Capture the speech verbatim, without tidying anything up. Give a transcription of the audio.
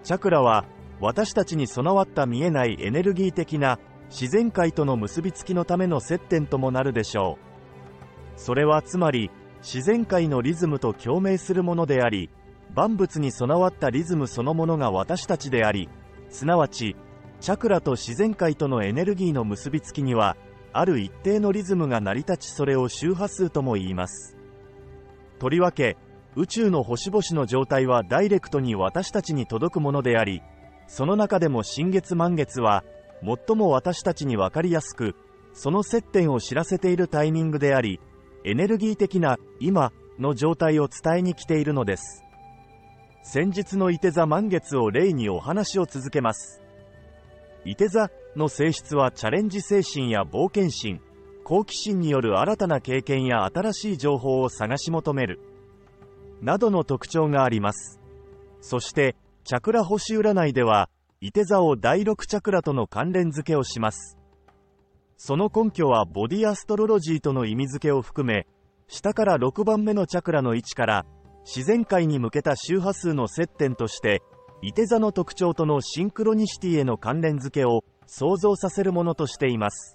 チャクラは私たちに備わった見えないエネルギー的な自然界との結びつきのための接点ともなるでしょう。それはつまり自然界のリズムと共鳴するものであり、万物に備わったリズムそのものが私たちであり、すなわちチャクラと自然界とのエネルギーの結びつきにはある一定のリズムが成り立ち、それを周波数とも言います。とりわけ宇宙の星々の状態はダイレクトに私たちに届くものであり、その中でも新月満月は最も私たちに分かりやすく、その接点を知らせているタイミングであり、エネルギー的な今の状態を伝えに来ているのです。先日のいて座満月を例にお話を続けます。いて座の性質はチャレンジ精神や冒険心、好奇心による新たな経験や新しい情報を探し求めるなどの特徴があります。そしてチャクラ星占いではいて座をだいろくチャクラとの関連付けをします。その根拠はボディアストロロジーとの意味付けを含め、下からろくばんめのチャクラの位置から自然界に向けた周波数の接点として、いて座の特徴とのシンクロニシティへの関連付けを想像させるものとしています。